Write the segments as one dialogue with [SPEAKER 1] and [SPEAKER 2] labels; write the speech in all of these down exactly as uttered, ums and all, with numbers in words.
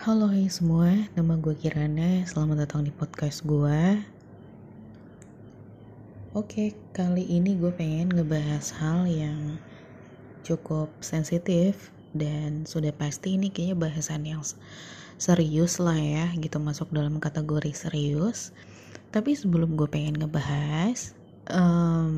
[SPEAKER 1] Halo hai semua, nama gue Kirana, selamat datang di podcast gue. Oke, kali ini gue pengen ngebahas hal yang cukup sensitif dan sudah pasti ini kayaknya bahasan yang serius lah ya, gitu masuk dalam kategori serius. Tapi sebelum gue pengen ngebahas, um,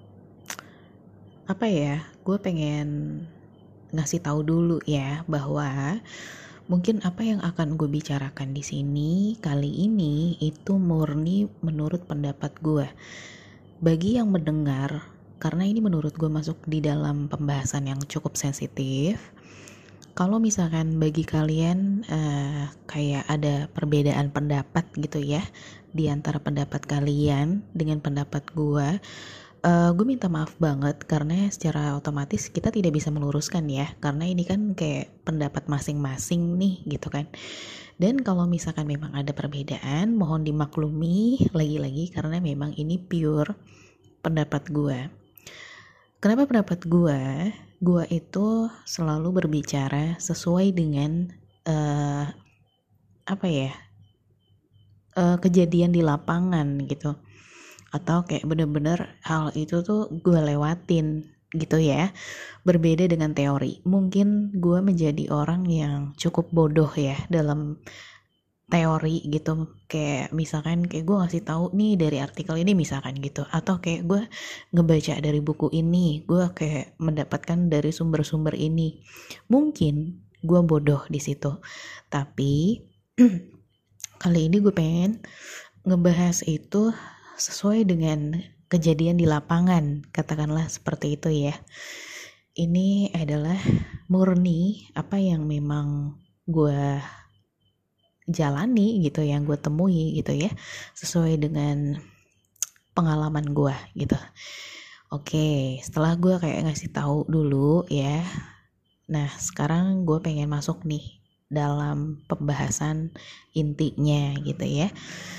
[SPEAKER 1] apa ya, gue pengen ngasih tahu dulu ya bahwa mungkin apa yang akan gue bicarakan di sini kali ini itu murni menurut pendapat gue. Bagi yang mendengar, karena ini menurut gue masuk di dalam pembahasan yang cukup sensitif. Kalau misalkan bagi kalian uh, kayak ada perbedaan pendapat gitu ya di antara pendapat kalian dengan pendapat gue, Uh, gue minta maaf banget karena secara otomatis kita tidak bisa meluruskan ya, karena ini kan kayak pendapat masing-masing nih gitu kan. Dan kalau misalkan memang ada perbedaan, mohon dimaklumi lagi-lagi karena memang ini pure pendapat gue. Kenapa pendapat gue? Gue itu selalu berbicara sesuai dengan uh, apa ya uh, kejadian di lapangan gitu, atau kayak bener-bener hal itu tuh gue lewatin gitu ya. Berbeda dengan teori, mungkin gue menjadi orang yang cukup bodoh ya dalam teori gitu, kayak misalkan kayak gue ngasih tahu nih dari artikel ini misalkan gitu, atau kayak gue ngebaca dari buku ini, gue kayak mendapatkan dari sumber-sumber ini. Mungkin gue bodoh di situ, tapi kali ini gue pengen ngebahas itu sesuai dengan kejadian di lapangan, katakanlah seperti itu ya. Ini adalah murni apa yang memang gue jalani gitu, yang gue temui gitu ya, sesuai dengan pengalaman gue gitu. Oke, setelah gue kayak ngasih tahu dulu ya, nah sekarang gue pengen masuk nih dalam pembahasan intinya gitu ya.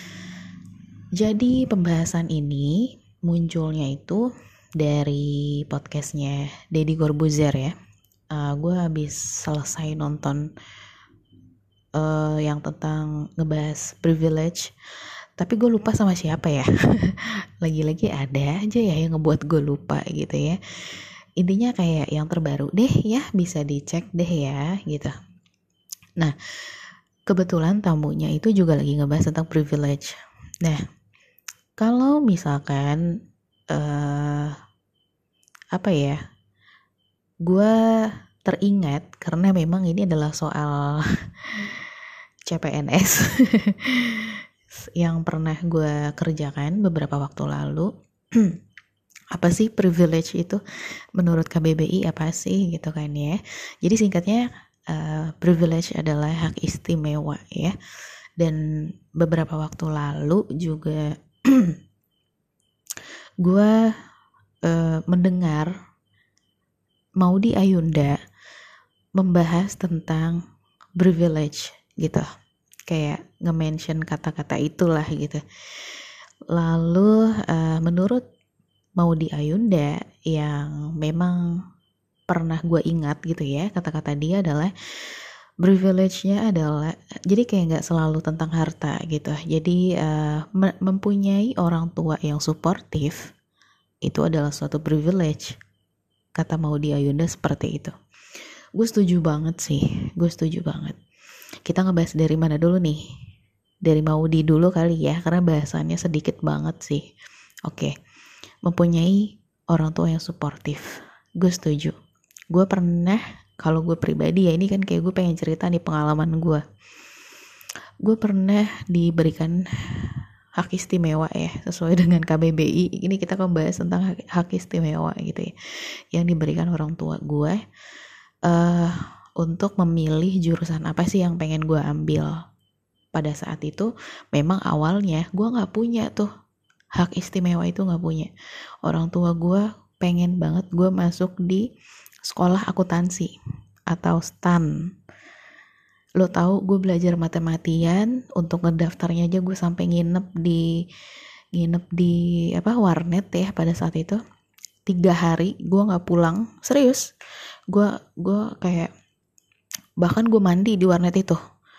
[SPEAKER 1] Jadi pembahasan ini munculnya itu dari podcastnya Deddy Corbuzier ya. Uh, gue habis selesai nonton uh, yang tentang ngebahas privilege, tapi gue lupa sama siapa ya. Lagi-lagi ada aja ya yang ngebuat gue lupa gitu ya. Intinya kayak yang terbaru deh ya, bisa dicek deh ya gitu. Nah, kebetulan tamunya itu juga lagi ngebahas tentang privilege. Nah, kalau misalkan uh, apa ya, gue teringat karena memang ini adalah soal C P N S yang pernah gue kerjakan beberapa waktu lalu. Apa sih privilege itu menurut K B B I, apa sih gitu kan ya. Jadi singkatnya uh, privilege adalah hak istimewa ya. Dan beberapa waktu lalu juga gue uh, mendengar Maudy Ayunda membahas tentang privilege gitu, kayak nge-mention kata-kata itulah gitu. Lalu uh, menurut Maudy Ayunda yang memang pernah gue ingat gitu ya, kata-kata dia adalah privilege-nya adalah, jadi kayak gak selalu tentang harta gitu. Jadi uh, me- mempunyai orang tua yang suportif itu adalah suatu privilege, kata Maudy Ayunda seperti itu. Gue setuju banget sih, gue setuju banget. Kita ngebahas dari mana dulu nih? Dari Maudy dulu kali ya, karena bahasannya sedikit banget sih. Oke, mempunyai orang tua yang suportif, gue setuju. Gue pernah, kalau gue pribadi ya, ini kan kayak gue pengen cerita nih pengalaman gue. Gue pernah diberikan hak istimewa ya, sesuai dengan K B B I. Ini kita kan bahas tentang hak, hak istimewa gitu ya, yang diberikan orang tua gue uh, untuk memilih jurusan apa sih yang pengen gue ambil. Pada saat itu memang awalnya gue gak punya tuh hak istimewa itu, gak punya. Orang tua gue pengen banget gue masuk di sekolah akuntansi atau S T A N. Lo tahu gue belajar matematian, untuk ngedaftarnya aja gue sampai nginep di nginep di apa warnet ya pada saat itu. Tiga hari gue nggak pulang, serius. Gue gue kayak bahkan gue mandi di warnet itu.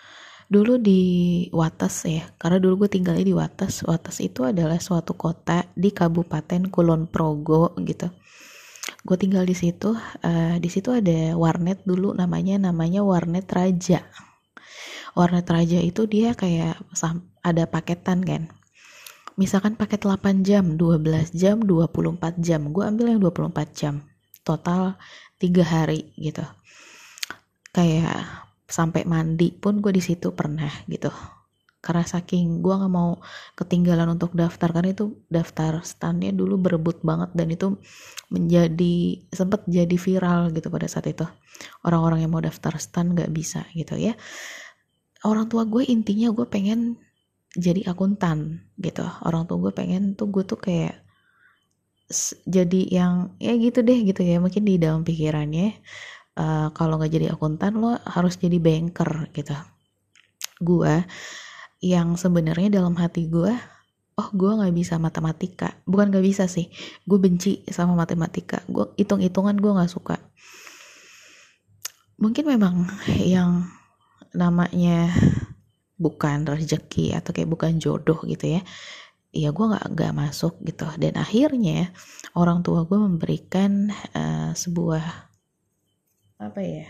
[SPEAKER 1] dulu di Wates ya, karena dulu gue tinggalnya di Wates. Wates itu adalah suatu kota di Kabupaten Kulon Progo gitu. Gue tinggal di situ. Uh, di situ ada warnet dulu, namanya namanya warnet Raja. Warnet Raja itu dia kayak ada paketan kan. Misalkan paket delapan jam, dua belas jam, dua puluh empat jam. Gue ambil yang dua puluh empat jam. Total tiga hari gitu. Kayak sampai mandi pun gue di situ pernah gitu. Karena saking gue nggak mau ketinggalan untuk daftar, karena itu daftar standnya dulu berebut banget dan itu menjadi sempat jadi viral gitu pada saat itu. Orang-orang yang mau daftar stand nggak bisa gitu ya. Orang tua gue intinya gue pengen jadi akuntan gitu. Orang tua gue pengen tuh gue tuh kayak jadi yang ya gitu deh gitu ya. Mungkin di dalam pikirannya uh, kalau nggak jadi akuntan lo harus jadi banker gitu. Gue yang sebenarnya dalam hati gue, oh gue nggak bisa matematika. Bukan nggak bisa sih, gue benci sama matematika. Gue hitung-hitungan gue nggak suka. Mungkin memang yang namanya bukan rezeki atau kayak bukan jodoh gitu ya, ya gue nggak nggak masuk gitu. Dan akhirnya orang tua gue memberikan uh, sebuah apa ya,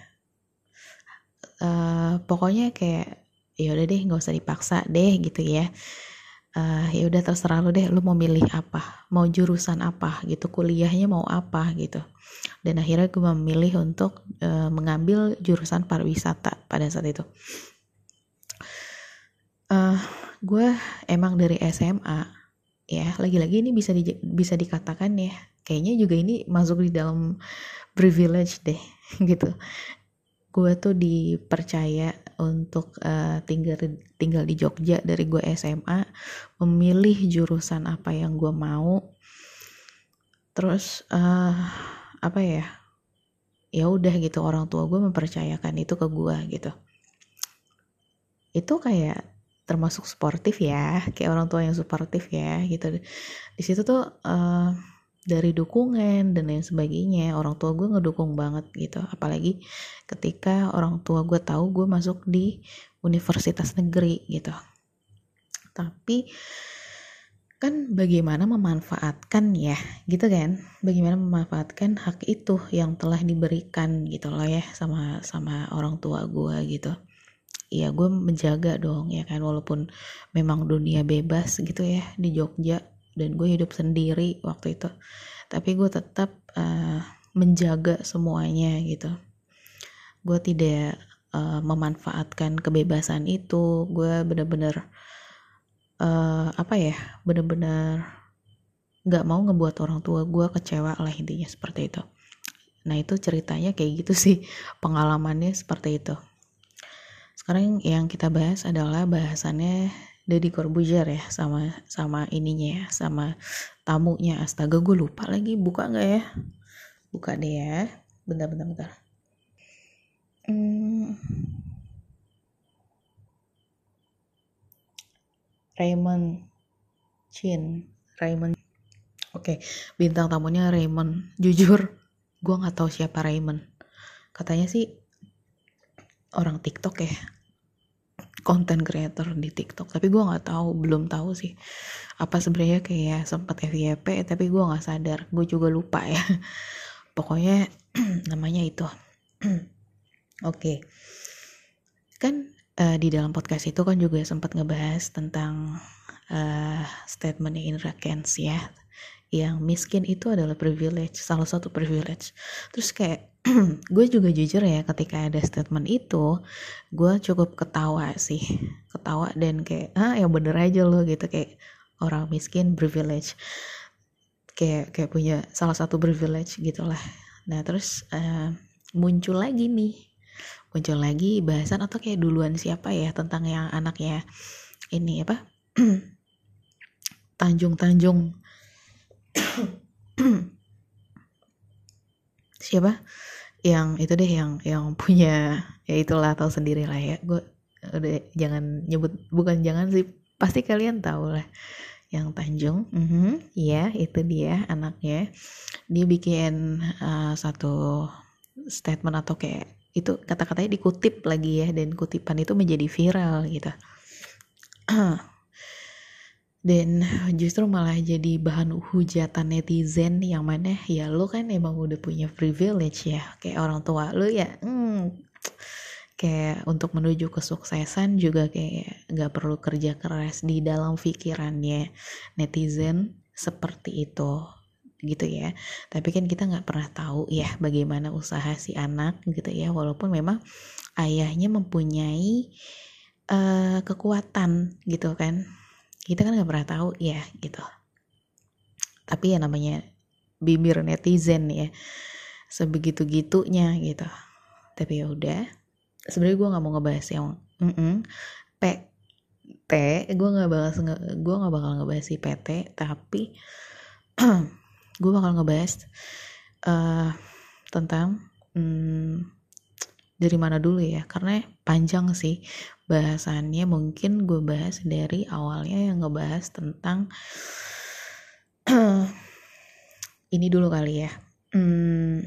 [SPEAKER 1] uh, pokoknya kayak ya udah deh nggak usah dipaksa deh gitu ya. Uh, ya udah terserah lu deh, lu mau milih apa, mau jurusan apa gitu, kuliahnya mau apa gitu. Dan akhirnya gue memilih untuk uh, mengambil jurusan pariwisata pada saat itu. Uh, gue emang dari S M A ya, lagi-lagi ini bisa di, bisa dikatakan ya, kayaknya juga ini masuk di dalam privilege deh gitu. Gue tuh dipercaya untuk uh, tinggal tinggal di Jogja dari gue S M A, memilih jurusan apa yang gue mau. Terus uh, apa ya? Ya udah gitu, orang tua gue mempercayakan itu ke gue gitu. Itu kayak termasuk sportif ya, kayak orang tua yang suportif ya gitu. Di situ tuh uh, dari dukungan dan lain sebagainya, orang tua gue ngedukung banget gitu. Apalagi ketika orang tua gue tahu gue masuk di universitas negeri gitu. Tapi kan bagaimana memanfaatkan ya gitu kan, bagaimana memanfaatkan hak itu yang telah diberikan gitu loh ya sama sama orang tua gue gitu. Ya gue menjaga dong ya kan, walaupun memang dunia bebas gitu ya di Jogja dan gue hidup sendiri waktu itu, tapi gue tetap uh, menjaga semuanya gitu. Gue tidak uh, memanfaatkan kebebasan itu. Gue benar-benar uh, apa ya, benar-benar nggak mau ngebuat orang tua gue kecewa lah, intinya seperti itu. Nah itu ceritanya kayak gitu sih, pengalamannya seperti itu. Sekarang yang kita bahas adalah bahasannya Deddy Corbuzier ya, sama sama ininya ya, sama tamunya. Astaga, gue lupa lagi, buka nggak ya? Buka deh ya, bentar bentar bentar. Hmm. Raymond Chin, Raymond. Oke, okay. Bintang tamunya Raymond. Jujur, gue nggak tahu siapa Raymond. Katanya sih orang TikTok ya, content creator di TikTok, tapi gue nggak tahu, belum tahu sih apa sebenarnya, kayak sempat F Y P tapi gue nggak sadar, gue juga lupa ya. Pokoknya namanya itu. Oke, okay. Kan uh, di dalam podcast itu kan juga sempat ngebahas tentang uh, statementnya Indra Kents ya, yang miskin itu adalah privilege, salah satu privilege. Terus kayak gue juga jujur ya, ketika ada statement itu gue cukup ketawa sih, ketawa dan kayak ah ya bener aja loh gitu, kayak orang miskin privilege, kayak kayak punya salah satu privilege gitulah. Nah terus uh, muncul lagi nih, muncul lagi bahasan, atau kayak duluan siapa ya, tentang yang anaknya ini apa Tanjung-Tanjung siapa yang itu deh, yang yang punya ya itulah, tahu sendiri lah ya, gue udah jangan nyebut, bukan jangan sih, pasti kalian tahu lah yang Tanjung. mm-hmm, ya itu dia anaknya. Dia bikin uh, satu statement atau kayak itu kata-katanya dikutip lagi ya, dan kutipan itu menjadi viral gitu. Dan justru malah jadi bahan hujatan netizen, yang mana ya lu kan emang udah punya privilege ya, kayak orang tua lu ya, hmm, kayak untuk menuju kesuksesan juga kayak gak perlu kerja keras. Di dalam pikirannya netizen seperti itu gitu ya. Tapi kan kita gak pernah tahu ya bagaimana usaha si anak gitu ya, walaupun memang ayahnya mempunyai uh, kekuatan gitu kan, kita kan gak pernah tahu ya gitu. Tapi ya namanya bibir netizen ya, sebegitu-gitunya gitu. Tapi ya udah, sebenarnya gue nggak mau ngebahas yang mm P T, gue nggak bahas gue nggak bakal ngebahas si P T, tapi gue bakal ngebahas uh, tentang hmm, dari mana dulu ya, karena panjang sih bahasannya. Mungkin gue bahas dari awalnya yang ngebahas tentang ini dulu kali ya. Hmm,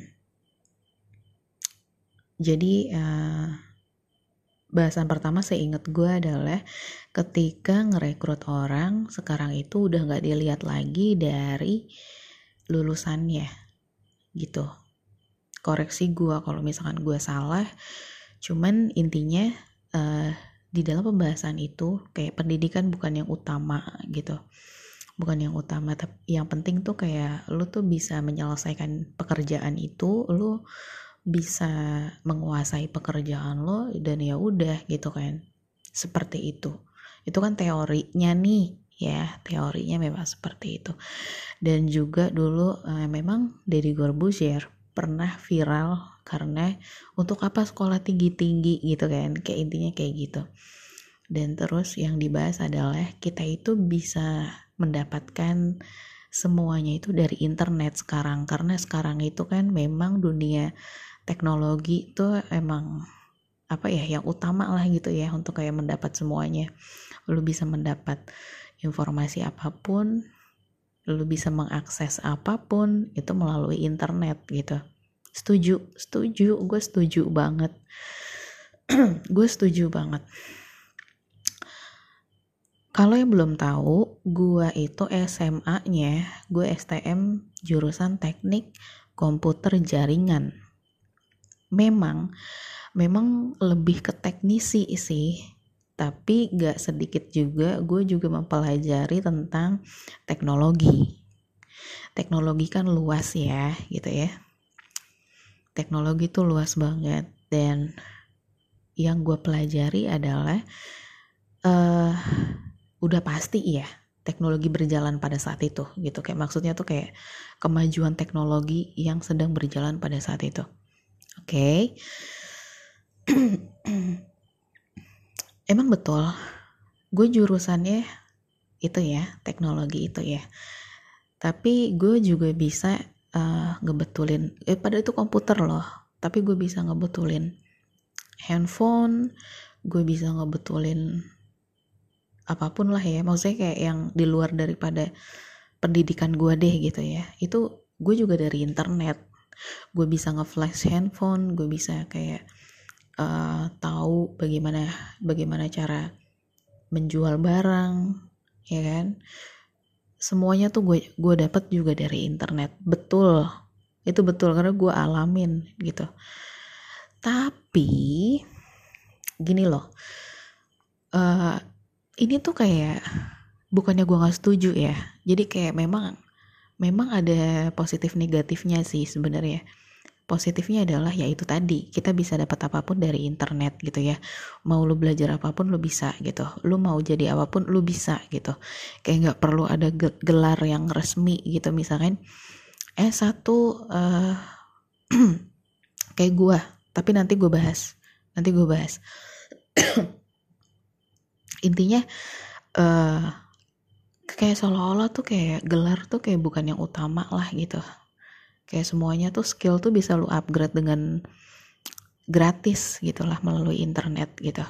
[SPEAKER 1] jadi uh, bahasan pertama seingat gue adalah ketika ngerekrut orang sekarang itu udah gak dilihat lagi dari lulusannya gitu. Koreksi gue kalau misalkan gue salah, cuman intinya uh, di dalam pembahasan itu kayak pendidikan bukan yang utama gitu, bukan yang utama, tapi yang penting tuh kayak lu tuh bisa menyelesaikan pekerjaan itu, lu bisa menguasai pekerjaan lo, dan ya udah gitu kan, seperti itu. Itu kan teorinya nih ya, teorinya memang seperti itu. Dan juga dulu uh, memang Deddy Corbuzier pernah viral karena untuk apa sekolah tinggi-tinggi gitu kan, kayak intinya kayak gitu. Dan terus yang dibahas adalah kita itu bisa mendapatkan semuanya itu dari internet sekarang, karena sekarang itu kan memang dunia teknologi itu emang apa ya, yang utama lah gitu ya untuk kayak mendapat semuanya. Lu bisa mendapat informasi apapun, lu bisa mengakses apapun itu melalui internet gitu. Setuju, setuju, gue setuju banget. Gue setuju banget. Kalau yang belum tahu, gue itu S M A-nya, gue S T M jurusan Teknik Komputer Jaringan. Memang, memang lebih ke teknisi sih, tapi gak sedikit juga gue juga mempelajari tentang teknologi. Teknologi kan luas ya, gitu ya. Teknologi tuh luas banget, dan yang gue pelajari adalah uh, udah pasti ya teknologi berjalan pada saat itu gitu, kayak maksudnya tuh kayak kemajuan teknologi yang sedang berjalan pada saat itu. Oke, okay. Emang betul, gue jurusannya itu ya, teknologi itu ya. Tapi gue juga bisa uh, ngebetulin, eh pada itu komputer loh, tapi gue bisa ngebetulin handphone, gue bisa ngebetulin apapun lah ya. Maksudnya kayak yang di luar daripada pendidikan gue deh gitu ya. Itu gue juga dari internet. Gue bisa nge-flash handphone, gue bisa kayak uh, tahu bagaimana bagaimana cara menjual barang, ya kan? Semuanya tuh gue gue dapat juga dari internet. Betul, itu betul karena gue alamin gitu. Tapi gini loh, uh, ini tuh kayak bukannya gue nggak setuju ya. Jadi kayak memang memang ada positif negatifnya sih sebenarnya. Positifnya adalah ya itu tadi, kita bisa dapat apapun dari internet gitu ya. Mau lu belajar apapun lu bisa gitu. Lu mau jadi apapun lu bisa gitu. Kayak nggak perlu ada gelar yang resmi gitu. Misalkan eh satu uh, kayak gue, tapi nanti gue bahas. Nanti gue bahas. Intinya uh, kayak seolah-olah tuh kayak gelar tuh kayak bukan yang utama lah gitu. Kayak semuanya tuh skill tuh bisa lu upgrade dengan gratis gitulah melalui internet gitu.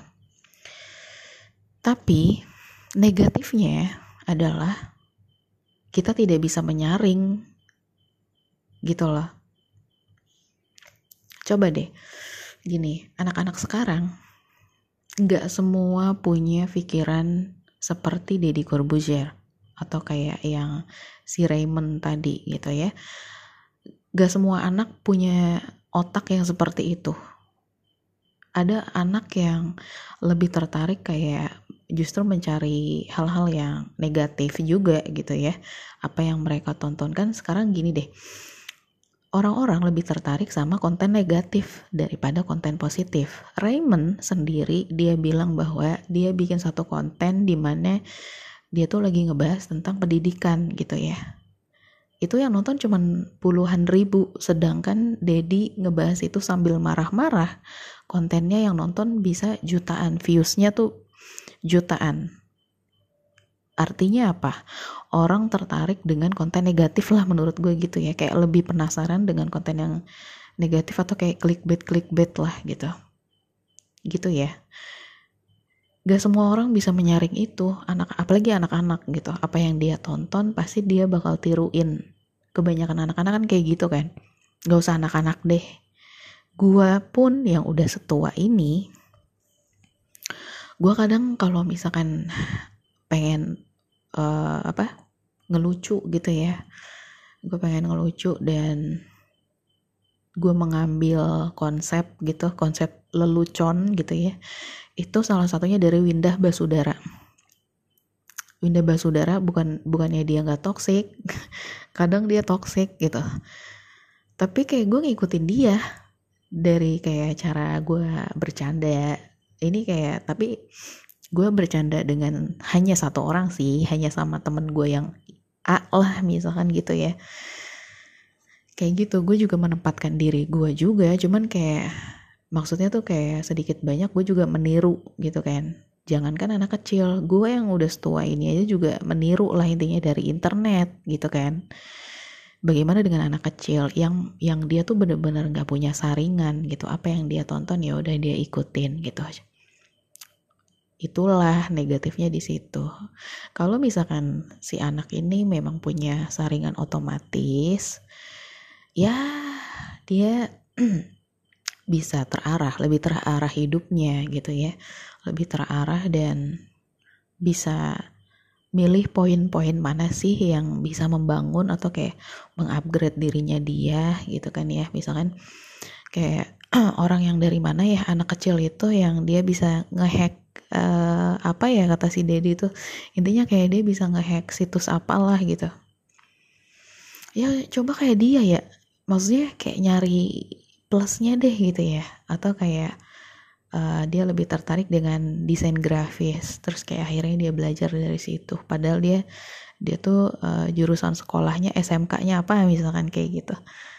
[SPEAKER 1] Tapi negatifnya adalah kita tidak bisa menyaring gitu loh. Coba deh, gini, anak-anak sekarang nggak semua punya pikiran seperti Deddy Corbuzier atau kayak yang si Raymond tadi gitu ya. Nggak semua anak punya otak yang seperti itu. Ada anak yang lebih tertarik kayak justru mencari hal-hal yang negatif juga gitu ya. Apa yang mereka tontonkan sekarang gini deh. Orang-orang lebih tertarik sama konten negatif daripada konten positif. Raymond sendiri dia bilang bahwa dia bikin satu konten di mana dia tuh lagi ngebahas tentang pendidikan gitu ya. Itu yang nonton cuman puluhan ribu, sedangkan Dedi ngebahas itu sambil marah-marah. Kontennya yang nonton bisa jutaan, viewsnya tuh jutaan. Artinya apa? Orang tertarik dengan konten negatif lah menurut gue gitu ya. Kayak lebih penasaran dengan konten yang negatif atau kayak clickbait-clickbait lah gitu. Gitu ya. Gak semua orang bisa menyaring itu, anak apalagi anak-anak gitu. Apa yang dia tonton pasti dia bakal tiruin. Kebanyakan anak-anak kan kayak gitu kan. Gak usah anak-anak deh. Gua pun yang udah setua ini, gua kadang kalau misalkan pengen uh, apa ngelucu gitu ya, gue pengen ngelucu dan gue mengambil konsep gitu, konsep lelucon gitu ya, itu salah satunya dari Windah Basudara. Windah Basudara bukan bukannya dia nggak toksik, kadang dia toksik gitu, tapi kayak gue ngikutin dia dari kayak cara gue bercanda ini kayak, tapi gue bercanda dengan hanya satu orang sih, hanya sama temen gue yang A lah misalkan gitu ya. Kayak gitu, gue juga menempatkan diri gue juga, cuman kayak maksudnya tuh kayak sedikit banyak gue juga meniru gitu kan. Jangankan anak kecil, gue yang udah setua ini aja juga meniru lah intinya dari internet gitu kan. Bagaimana dengan anak kecil yang yang dia tuh bener-bener nggak punya saringan gitu, apa yang dia tonton ya udah dia ikutin gitu aja. Itulah negatifnya di situ. Kalau misalkan si anak ini memang punya saringan otomatis, ya dia bisa terarah, lebih terarah hidupnya gitu ya, lebih terarah dan bisa milih poin-poin mana sih yang bisa membangun atau kayak mengupgrade dirinya dia gitu kan ya. Misalkan kayak orang yang dari mana ya, anak kecil itu yang dia bisa ngehack uh, apa ya kata si Dedi tuh, intinya kayak dia bisa ngehack situs apalah gitu ya, coba kayak dia ya, maksudnya kayak nyari plusnya deh gitu ya, atau kayak uh, dia lebih tertarik dengan desain grafis, terus kayak akhirnya dia belajar dari situ, padahal dia dia tuh uh, jurusan sekolahnya S M K-nya apa misalkan kayak gitu.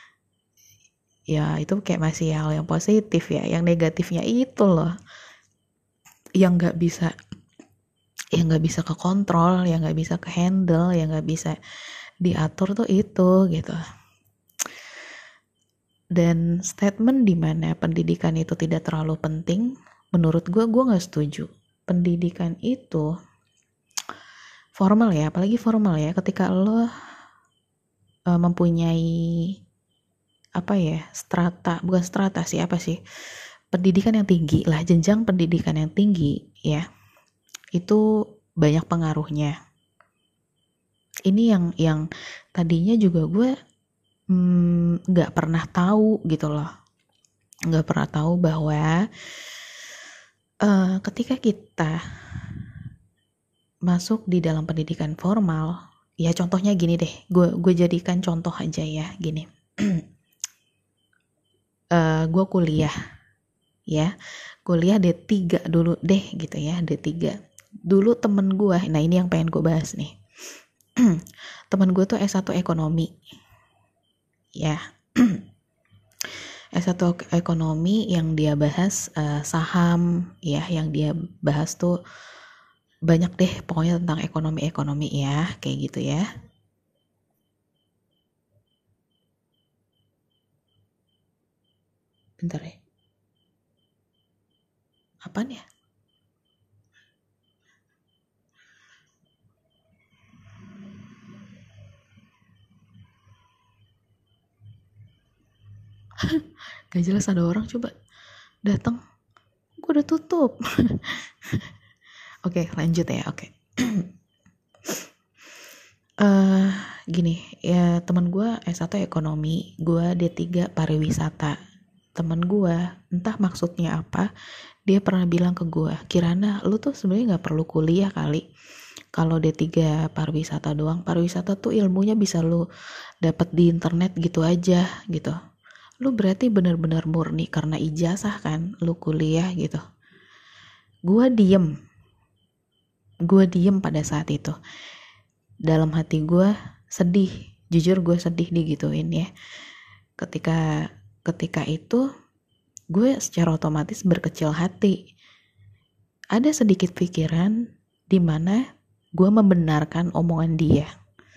[SPEAKER 1] Ya itu kayak masih hal yang positif ya. Yang negatifnya itu loh yang nggak bisa, yang nggak bisa ke kontrol, yang nggak bisa ke handle, yang nggak bisa diatur tuh itu gitu. Dan statement di mana pendidikan itu tidak terlalu penting, menurut gue gue nggak setuju. Pendidikan itu formal ya, apalagi formal ya, ketika lo uh, mempunyai apa ya, strata, bukan strata sih, apa sih, pendidikan yang tinggi lah, jenjang pendidikan yang tinggi ya, itu banyak pengaruhnya. Ini yang yang tadinya juga gue nggak hmm, pernah tahu gitu loh, nggak pernah tahu bahwa uh, ketika kita masuk di dalam pendidikan formal, ya contohnya gini deh, gue gue jadikan contoh aja ya, gini. uh, gue kuliah ya, kuliah D tiga dulu deh gitu ya, D tiga dulu temen gue, nah ini yang pengen gue bahas nih. Temen gue tuh S satu ekonomi ya. S satu ekonomi yang dia bahas uh, saham ya, yang dia bahas tuh banyak deh pokoknya tentang ekonomi-ekonomi ya, kayak gitu ya. Bentar ya, apaan ya? Gak jelas ada orang, coba datang, gue udah tutup. Oke, lanjut ya. Oke. uh, gini, ya teman gue S satu ekonomi, gue D tiga pariwisata. Temen gue, entah maksudnya apa, dia pernah bilang ke gue, Kirana, lu tuh sebenarnya nggak perlu kuliah kali. Kalau D tiga pariwisata doang, pariwisata tuh ilmunya bisa lu dapet di internet gitu aja gitu. Lu berarti benar-benar murni karena ijazah kan, lu kuliah gitu. Gue diem, gue diem pada saat itu. Dalam hati gue sedih, jujur gue sedih digituin ya. Ketika ketika itu gue secara otomatis berkecil hati. Ada sedikit pikiran di mana gue membenarkan omongan dia.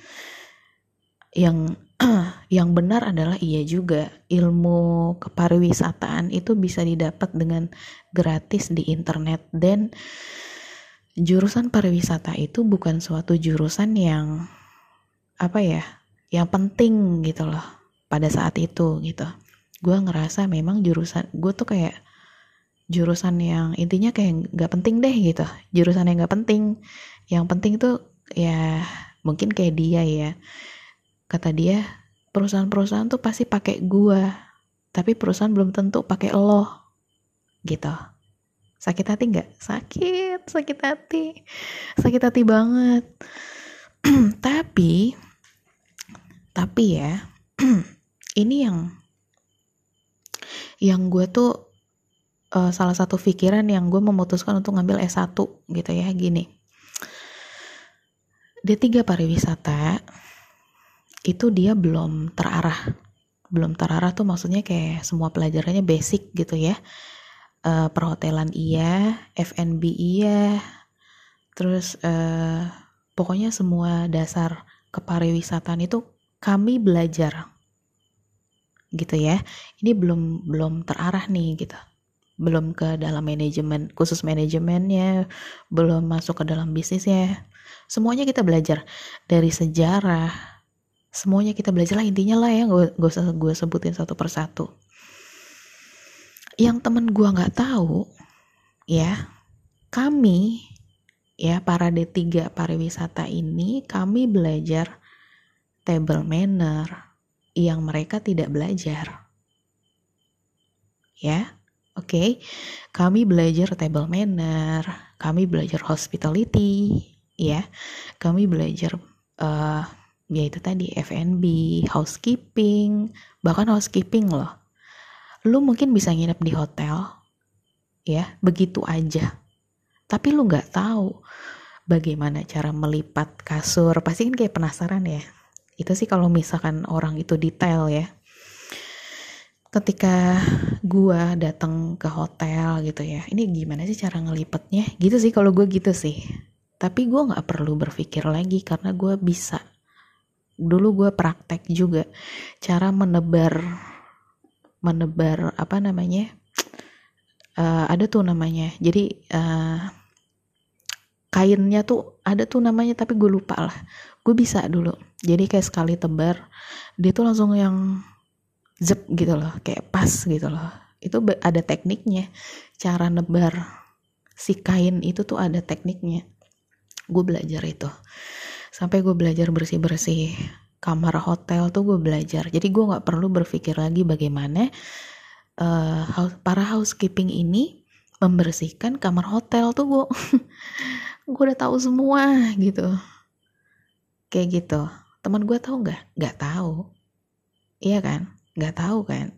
[SPEAKER 1] Yang yang benar adalah iya juga, ilmu kepariwisataan itu bisa didapat dengan gratis di internet, dan jurusan pariwisata itu bukan suatu jurusan yang apa ya, yang penting gitu loh pada saat itu gitu. Gue ngerasa memang jurusan gue tuh kayak jurusan yang intinya kayak nggak penting deh gitu, jurusan yang nggak penting. Yang penting tuh ya mungkin kayak dia ya, kata dia perusahaan-perusahaan tuh pasti pakai gue, tapi perusahaan belum tentu pakai lo gitu. Sakit hati nggak? Sakit, sakit hati, sakit hati banget. tapi tapi ya ini yang yang gue tuh uh, salah satu pikiran yang gue memutuskan untuk ngambil S satu gitu ya. Gini, D tiga pariwisata itu dia belum terarah. Belum terarah tuh maksudnya kayak semua pelajarannya basic gitu ya. Uh, perhotelan iya, F and B iya, terus uh, pokoknya semua dasar kepariwisataan itu kami belajar gitu ya. Ini belum belum terarah nih gitu. Belum ke dalam manajemen, khusus manajemennya, belum masuk ke dalam bisnisnya. Semuanya kita belajar dari sejarah. Semuanya kita belajar lah, intinya lah ya, gak, gak usah gue sebutin satu persatu. Yang temen gue gak tahu ya, kami ya para D tiga pariwisata ini, kami belajar table manner yang mereka tidak belajar. Ya, oke. Okay. Kami belajar table manner, kami belajar hospitality, ya. Kami belajar uh, ya itu tadi F and B, housekeeping, bahkan housekeeping loh. Lu mungkin bisa nginep di hotel, ya, begitu aja. Tapi lu nggak tahu bagaimana cara melipat kasur. Pasti kan kayak penasaran ya. Itu sih kalau misalkan orang itu detail ya. Ketika gua datang ke hotel gitu ya, ini gimana sih cara ngelipetnya? Gitu sih kalau gue gitu sih. Tapi gue nggak perlu berpikir lagi karena gue bisa. Dulu gue praktek juga cara menebar menebar apa namanya? Uh, ada tuh namanya. Jadi uh, kainnya tuh ada tuh namanya, tapi gue lupa lah. Gue bisa dulu. Jadi kayak sekali tebar, dia tuh langsung yang zep gitu loh, kayak pas gitu loh. Itu ada tekniknya. Cara nebar si kain itu tuh ada tekniknya. Gue belajar itu. Sampai gue belajar bersih-bersih kamar hotel tuh gue belajar. Jadi gue nggak perlu berpikir lagi bagaimana uh, house, para housekeeping ini membersihkan kamar hotel tuh gue gue udah tahu semua gitu. Kayak gitu. Teman gue tahu nggak? Nggak tahu. Iya kan? Nggak tahu kan?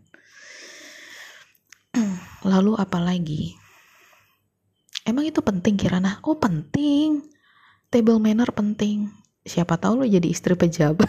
[SPEAKER 1] Lalu apa lagi? Emang itu penting Kirana? Oh penting. Table manner penting. Siapa tahu lo jadi istri pejabat.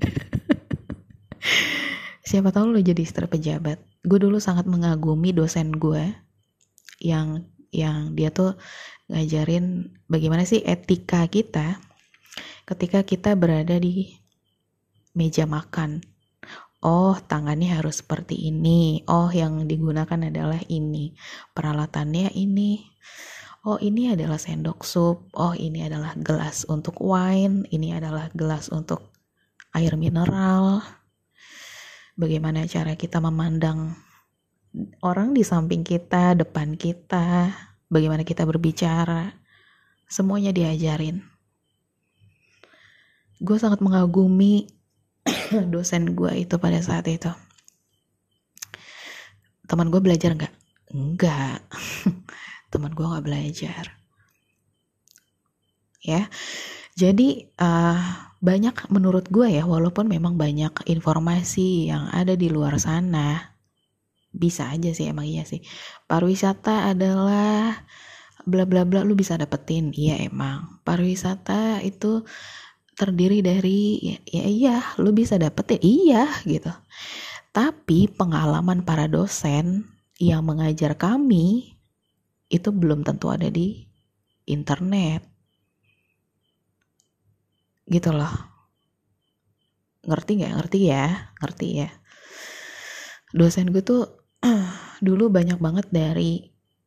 [SPEAKER 1] Siapa tahu lo jadi istri pejabat. Gue dulu sangat mengagumi dosen gue yang yang dia tuh ngajarin bagaimana sih etika kita ketika kita berada di meja makan. Oh, tangannya harus seperti ini. Oh, yang digunakan adalah ini. Peralatannya ini. Oh, ini adalah sendok sup. Oh, ini adalah gelas untuk wine. Ini adalah gelas untuk air mineral. Bagaimana cara kita memandang orang di samping kita, depan kita, bagaimana kita berbicara, semuanya diajarin. Gue sangat mengagumi dosen gue itu pada saat itu. Teman gue belajar nggak? Enggak. Teman gue nggak belajar. Ya, jadi uh, banyak menurut gue ya, walaupun memang banyak informasi yang ada di luar sana, bisa aja sih, emang iya sih. Pariwisata adalah bla bla bla, lu bisa dapetin, iya emang. Pariwisata itu terdiri dari ya, ya iya, lu bisa dapetin, iya gitu. Tapi pengalaman para dosen yang mengajar kami itu belum tentu ada di internet. Gitu loh. Ngerti gak? Ngerti ya? Ngerti ya. Dosen gue tuh dulu banyak banget dari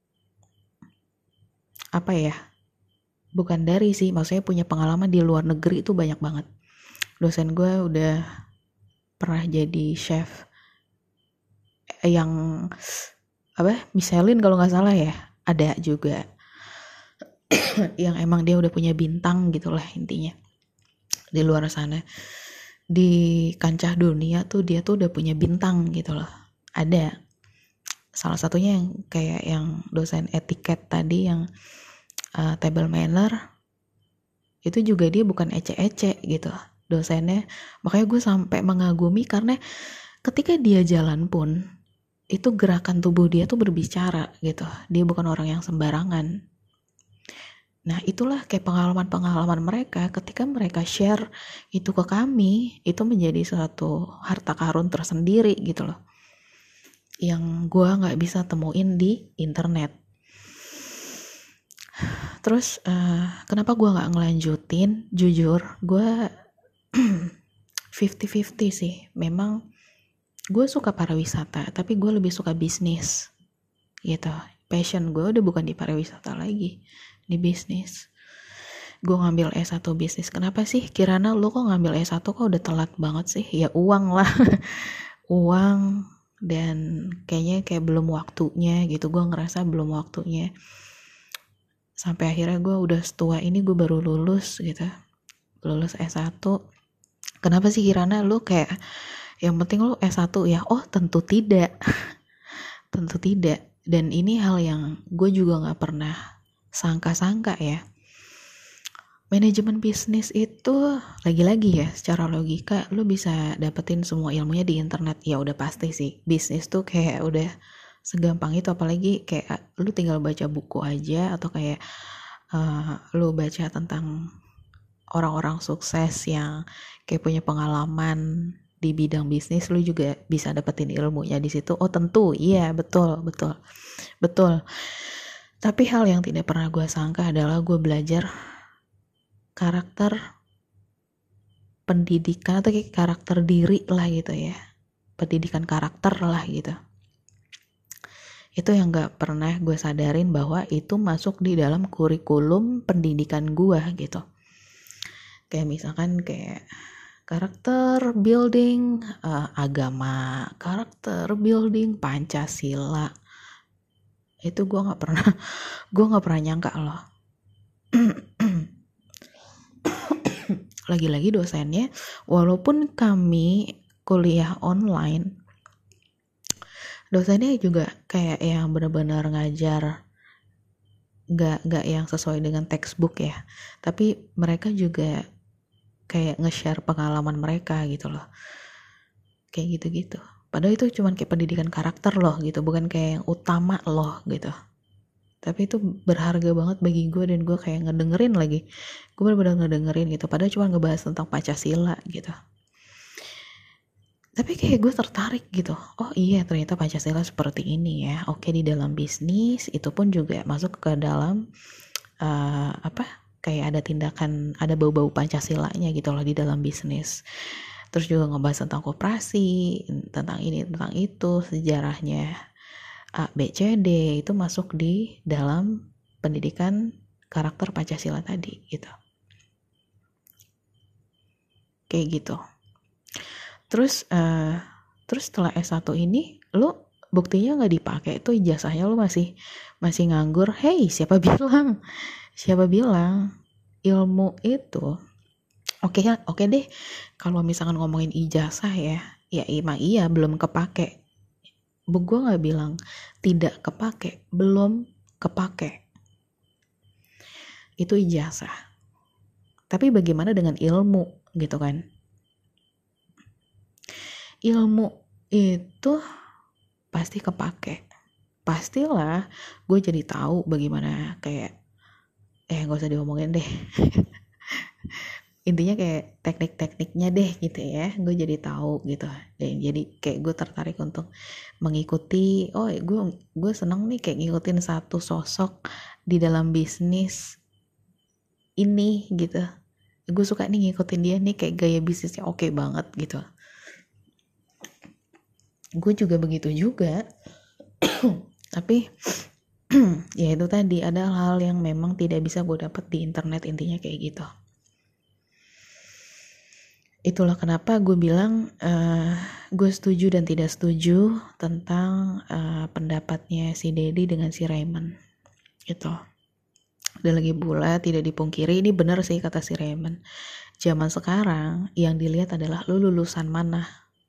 [SPEAKER 1] apa ya? Bukan dari sih, maksudnya punya pengalaman di luar negeri itu banyak banget. Dosen gue udah pernah jadi chef yang apa? Michelin kalau nggak salah ya. Ada juga yang emang dia udah punya bintang gitu lah intinya. Di luar sana, di kancah dunia tuh dia tuh udah punya bintang gitu loh. Ada salah satunya yang kayak yang dosen etiket tadi yang uh, table manner, itu juga dia bukan ece-ece gitu dosennya. Makanya gue sampai mengagumi karena ketika dia jalan pun itu gerakan tubuh dia tuh berbicara gitu. Dia bukan orang yang sembarangan. Nah itulah kayak pengalaman-pengalaman mereka ketika mereka share itu ke kami, itu menjadi suatu harta karun tersendiri gitu loh, yang gue gak bisa temuin di internet. Terus uh, kenapa gue gak ngelanjutin? Jujur gue fifty-fifty sih. Memang gue suka pariwisata, tapi gue lebih suka bisnis gitu. Passion gue udah bukan di pariwisata lagi, di bisnis. Gue ngambil S satu bisnis. Kenapa sih Kirana lu kok ngambil S satu kok udah telat banget sih? Ya uang lah. Uang, dan kayaknya kayak belum waktunya gitu. Gue ngerasa belum waktunya. Sampai akhirnya gue udah setua ini gue baru lulus gitu. Lulus S satu. Kenapa sih Kirana lu kayak yang penting lu S satu ya? Oh tentu tidak. Tentu tidak. Dan ini hal yang gue juga gak pernah sangka-sangka ya. Manajemen bisnis itu lagi-lagi ya, secara logika lu bisa dapetin semua ilmunya di internet. Ya udah pasti sih, bisnis tuh kayak udah segampang itu. Apalagi kayak lu tinggal baca buku aja, atau kayak uh, lu baca tentang orang-orang sukses yang kayak punya pengalaman di bidang bisnis, lu juga bisa dapetin ilmunya di situ. Oh tentu, iya betul, betul, betul. Tapi hal yang tidak pernah gue sangka adalah gue belajar karakter pendidikan atau kayak karakter diri lah gitu ya. Pendidikan karakter lah gitu. Itu yang gak pernah gue sadarin bahwa itu masuk di dalam kurikulum pendidikan gue gitu. Kayak misalkan kayak karakter building uh, agama, karakter building Pancasila. Itu gue nggak pernah, gue nggak pernah nyangka loh. Lagi-lagi dosennya, walaupun kami kuliah online, dosennya juga kayak yang benar-benar ngajar, nggak nggak yang sesuai dengan textbook ya. Tapi mereka juga kayak nge-share pengalaman mereka gitu loh. Kayak gitu-gitu. Padahal itu cuma kayak pendidikan karakter loh gitu. Bukan kayak yang utama loh gitu. Tapi itu berharga banget bagi gue. Dan gue kayak ngedengerin lagi. Gue bener-bener ngedengerin gitu. Padahal cuma ngebahas tentang Pancasila gitu. Tapi kayak gue tertarik gitu. Oh iya ternyata Pancasila seperti ini ya. Oke, di dalam bisnis itu pun juga masuk ke dalam uh, apa kayak ada tindakan, ada bau-bau Pancasilanya gitu loh di dalam bisnis. Terus juga ngebahas tentang koperasi, tentang ini, tentang itu, sejarahnya A, B, C, D, itu masuk di dalam pendidikan karakter Pancasila tadi gitu. Kayak gitu. Terus uh, terus setelah S satu ini, lu buktinya nggak dipakai tuh ijazahnya, lu masih masih nganggur. Hey, siapa bilang siapa bilang ilmu itu oke okay, oke okay deh kalau misalkan ngomongin ijazah ya, ya emang iya belum kepake. Gue nggak bilang tidak kepake, belum kepake. Itu ijazah. Tapi bagaimana dengan ilmu gitu kan? Ilmu itu pasti kepake. Pastilah gue jadi tahu bagaimana kayak eh gak usah diomongin deh. Intinya kayak teknik-tekniknya deh gitu ya, gue jadi tahu gitu. Dan jadi kayak gue tertarik untuk mengikuti, oh gue gue seneng nih kayak ngikutin satu sosok di dalam bisnis ini gitu. Gue suka nih ngikutin dia nih, kayak gaya bisnisnya oke okay banget gitu. Gue juga begitu juga. Tapi ya itu tadi, ada hal yang memang tidak bisa gue dapat di internet, intinya kayak gitu. Itulah kenapa gue bilang uh, gue setuju dan tidak setuju tentang uh, pendapatnya si Dedi dengan si Raymond gitu. Dan lagi pula tidak dipungkiri, ini benar sih kata si Raymond, zaman sekarang yang dilihat adalah lu lulusan mana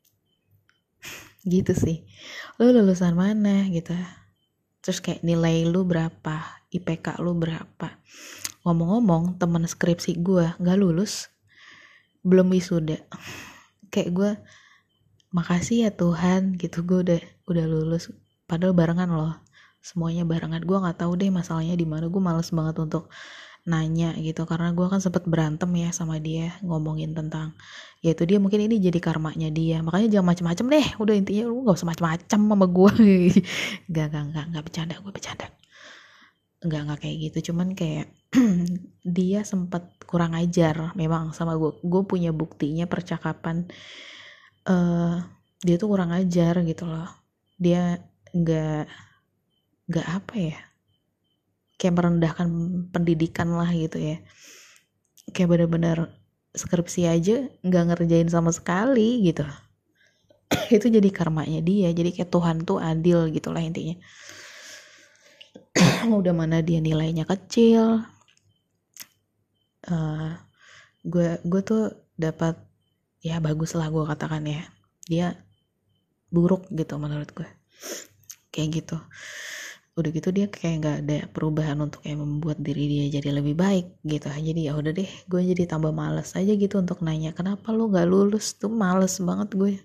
[SPEAKER 1] gitu sih, lu lulusan mana gitu, terus kayak nilai lu berapa, I P K lu berapa. Ngomong-ngomong, teman skripsi gue gak lulus, belum wisuda. Kayak gue, makasih ya Tuhan gitu, gue udah udah lulus. Padahal barengan loh, semuanya barengan. Gue nggak tahu deh masalahnya di mana. Gue males banget untuk nanya gitu, karena gue kan sempet berantem ya sama dia ngomongin tentang, ya itu dia, mungkin ini jadi karmanya dia. Makanya jangan macem-macem deh, udah intinya lu nggak usah macem-macem sama gue. Gak gak gak gak bercanda, gue bercanda. Nggak nggak kayak gitu, cuman kayak dia sempat kurang ajar memang sama gue. Gue punya buktinya, percakapan uh, dia tuh kurang ajar gitu loh. Dia nggak nggak apa ya, kayak merendahkan pendidikan lah gitu ya. Kayak bener-bener skripsi aja nggak ngerjain sama sekali gitu. Itu jadi karmanya dia. Jadi kayak Tuhan tuh adil gitu lah intinya. Udah mana dia nilainya kecil, uh, gue gue tuh dapat ya bagus lah gue katakan ya, dia buruk gitu menurut gue, kayak gitu. Udah gitu dia kayak nggak ada perubahan untuk kayak membuat diri dia jadi lebih baik gitu. Jadi ya udah deh, gue jadi tambah males aja gitu untuk nanya kenapa lu nggak lulus, tuh males banget gue.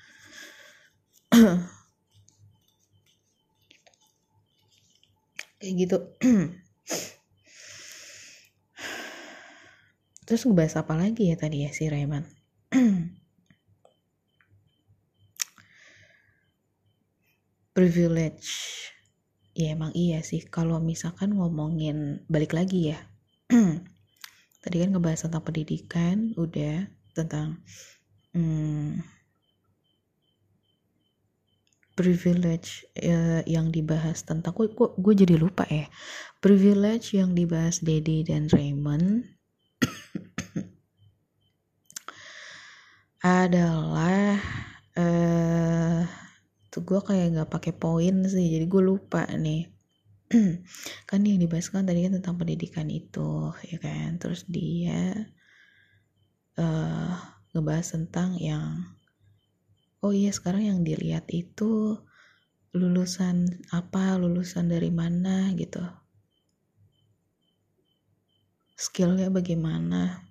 [SPEAKER 1] Kayak gitu. Terus ngebahas apa lagi ya tadi ya si Raymond? Privilege. Ya emang iya sih, kalau misalkan ngomongin balik lagi ya. Tadi kan ngebahas tentang pendidikan, udah tentang hmm, privilege eh, yang dibahas tentang, gue, gue, gue jadi lupa ya. Privilege yang dibahas Dedi dan Raymond adalah eh tuh gue kayak nggak pakai poin sih, jadi gue lupa nih. Kan yang dibahas kan tadi kan tentang pendidikan itu ya kan, terus dia uh, ngebahas tentang yang oh iya sekarang yang dilihat itu lulusan apa, lulusan dari mana gitu, skillnya bagaimana.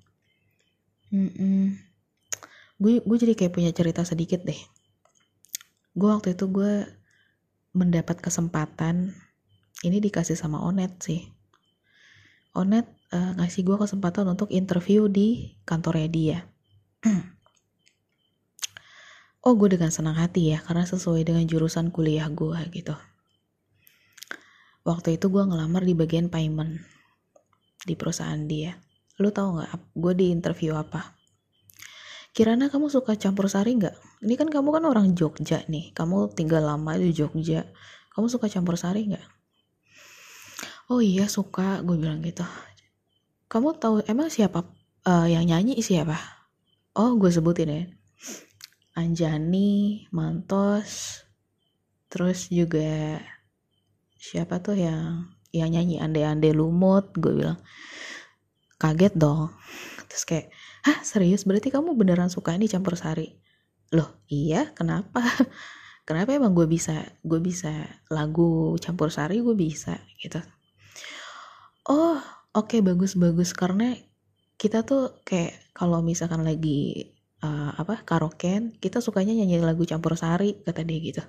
[SPEAKER 1] gue gue jadi kayak punya cerita sedikit deh. Gue waktu itu gue mendapat kesempatan, ini dikasih sama Onet sih. Onet uh, ngasih gue kesempatan untuk interview di kantornya dia. Oh gue dengan senang hati ya, karena sesuai dengan jurusan kuliah gue gitu. Waktu itu gue ngelamar di bagian payment di perusahaan dia. Lu tahu gak gue di interview apa? Kirana, kamu suka campur sari gak? Ini kan kamu kan orang Jogja nih, kamu tinggal lama di Jogja, kamu suka campur sari gak? Oh iya suka, gue bilang gitu. Kamu tahu emang siapa uh, yang nyanyi siapa? Oh gue sebutin ya, Anjani, Mantos, Terus juga siapa tuh yang yang nyanyi ande-ande lumut, gue bilang kaget dong. Terus kayak, hah serius berarti kamu beneran suka ini campur sari? Loh iya, kenapa? Kenapa emang gue bisa gue bisa lagu campur sari, gue bisa gitu. Oh oke, okay, bagus-bagus, karena kita tuh kayak kalau misalkan lagi uh, apa karaokean, kita sukanya nyanyi lagu campur sari, kata dia gitu.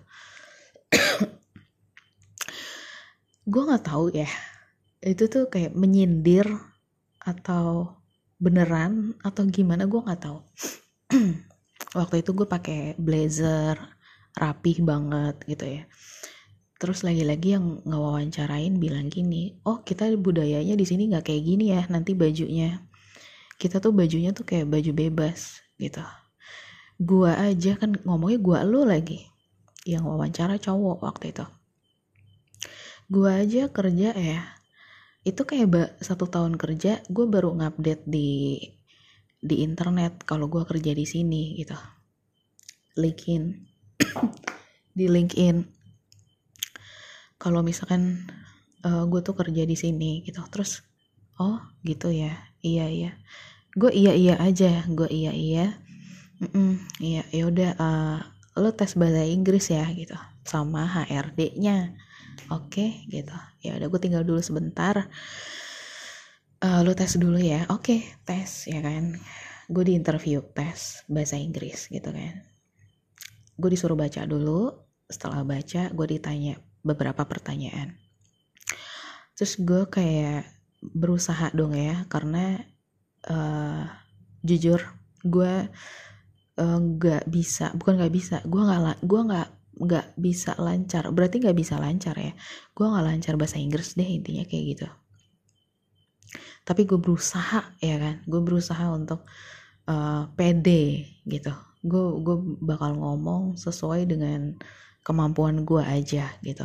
[SPEAKER 1] Gue nggak tahu ya, itu tuh kayak menyindir atau beneran atau gimana, gue nggak tahu. Waktu itu gue pakai blazer rapih banget gitu ya. Terus lagi-lagi yang ngewawancarain bilang gini, oh kita budayanya di sini nggak kayak gini ya, nanti bajunya kita tuh bajunya tuh kayak baju bebas gitu. Gua aja kan ngomongnya gua lu lagi, yang wawancara cowok waktu itu. Gua aja kerja ya, itu kayak satu tahun kerja, gue baru ngupdate di di internet kalau gue kerja di sini gitu. LinkedIn di LinkedIn kalau misalkan uh, gue tuh kerja di sini gitu. Terus oh gitu ya, iya iya, gue iya iya aja, gue iya iya, Mm-mm, iya ya udah, uh, lo tes bahasa Inggris ya gitu sama H R D-nya, oke okay, gitu. Ya udah gue tinggal dulu sebentar, uh, lo tes dulu ya, oke okay, tes ya kan. Gue di interview tes bahasa Inggris gitu kan. Gue disuruh baca dulu, setelah baca gue ditanya beberapa pertanyaan. Terus gue kayak berusaha dong ya, karena uh, jujur gue nggak uh, bisa, bukan nggak bisa, gue nggak gue nggak nggak bisa lancar, berarti nggak bisa lancar ya, gue nggak lancar bahasa Inggris deh, intinya kayak gitu. Tapi gue berusaha ya kan, gue berusaha untuk uh, pede gitu. Gue gue bakal ngomong sesuai dengan kemampuan gue aja gitu.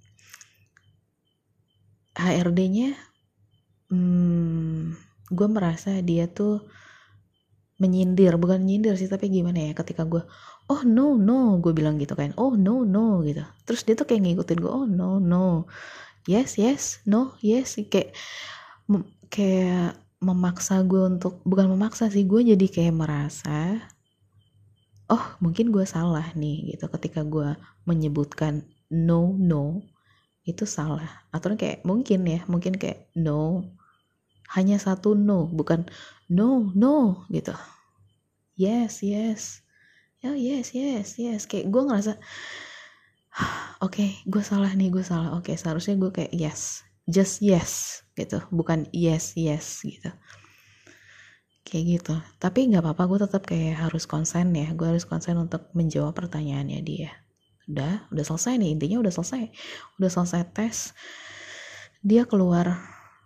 [SPEAKER 1] H R D-nya, hmm, gue merasa dia tuh menyindir, bukan nyindir sih, tapi gimana ya, ketika gue oh no no, gue bilang gitu kan, oh no no gitu, terus dia tuh kayak ngikutin gue, oh no no, yes yes, no yes, kayak kayak memaksa gue untuk, bukan memaksa sih, gue jadi kayak merasa oh mungkin gue salah nih gitu, ketika gue menyebutkan no no itu salah, atau kayak mungkin ya, mungkin kayak no, hanya satu no, bukan no no gitu, yes yes, oh yes yes yes, kayak gue ngerasa oke okay, gue salah nih, gue salah, oke okay, seharusnya gue kayak yes, just yes gitu, bukan yes yes gitu, kayak gitu. Tapi nggak apa-apa, gue tetap kayak harus konsen ya, gue harus konsen untuk menjawab pertanyaannya dia. Udah, udah selesai nih, intinya udah selesai, udah selesai tes, dia keluar,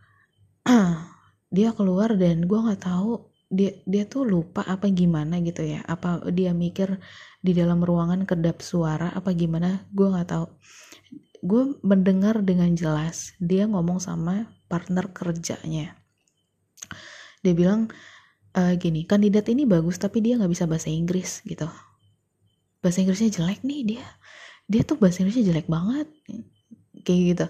[SPEAKER 1] dia keluar dan gue nggak tahu dia dia tuh lupa apa gimana gitu ya, apa dia mikir di dalam ruangan kedap suara apa gimana, gue nggak tahu. Gue mendengar dengan jelas dia ngomong sama partner kerjanya, dia bilang e, gini, kandidat ini bagus tapi dia nggak bisa bahasa Inggris gitu, bahasa Inggrisnya jelek nih, dia dia tuh bahasa Inggrisnya jelek banget kayak gitu.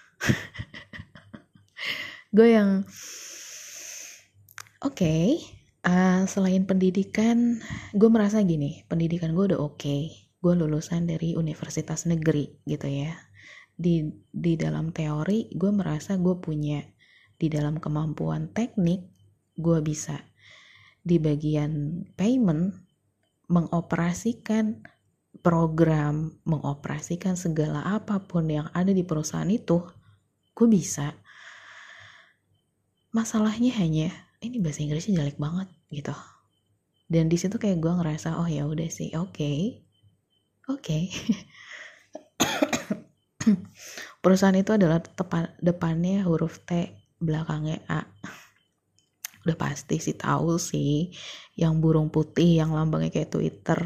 [SPEAKER 1] Gue yang oke, okay, uh, selain pendidikan, gue merasa gini, pendidikan gue udah oke, okay. Gue lulusan dari universitas negeri gitu ya. Di di dalam teori gue merasa gue punya, di dalam kemampuan teknik gue bisa di bagian payment mengoperasikan program, mengoperasikan segala apapun yang ada di perusahaan itu, gue bisa. Masalahnya hanya ini bahasa Inggrisnya jelek banget gitu. Dan di situ kayak gue ngerasa oh ya udah sih, oke, okay. oke. Okay. Perusahaan itu adalah tepa, depannya huruf T, belakangnya A. Udah pasti sih, tahu sih, yang burung putih yang lambangnya kayak Twitter.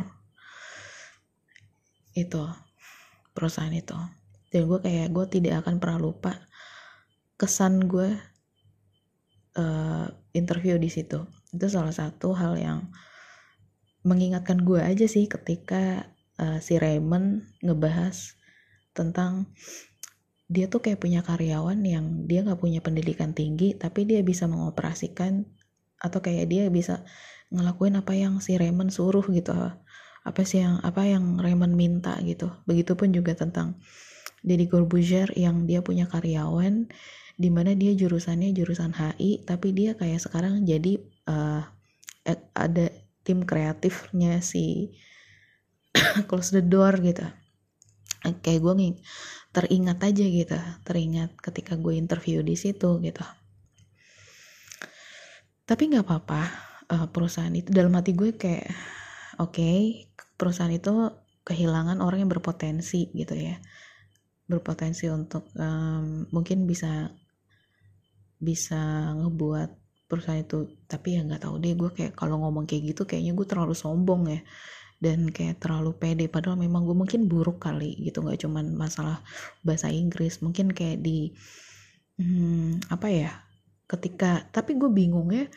[SPEAKER 1] Itu perusahaan itu. Dan gue kayak gue tidak akan pernah lupa kesan gue uh, interview di situ. Itu salah satu hal yang mengingatkan gue aja sih, ketika uh, si Raymond ngebahas tentang dia tuh kayak punya karyawan yang dia nggak punya pendidikan tinggi, tapi dia bisa mengoperasikan atau kayak dia bisa ngelakuin apa yang si Raymond suruh gitu, apa sih yang apa yang Raymond minta gitu. Begitupun juga tentang Deddy Corbuzier yang dia punya karyawan di mana dia jurusannya jurusan H I, tapi dia kayak sekarang jadi uh, ada tim kreatifnya si Close the Door gitu. Kayak gue nih teringat aja gitu, teringat ketika gue interview di situ gitu. Tapi nggak apa-apa, uh, perusahaan itu dalam hati gue kayak oke, okay, perusahaan itu kehilangan orang yang berpotensi gitu ya, berpotensi untuk um, mungkin bisa bisa ngebuat perusahaan itu. Tapi ya nggak tahu deh, gue kayak kalau ngomong kayak gitu kayaknya gue terlalu sombong ya, dan kayak terlalu pede, padahal memang gue mungkin buruk kali gitu, nggak cuman masalah bahasa Inggris, mungkin kayak di hmm, apa ya, ketika tapi gue bingung ya,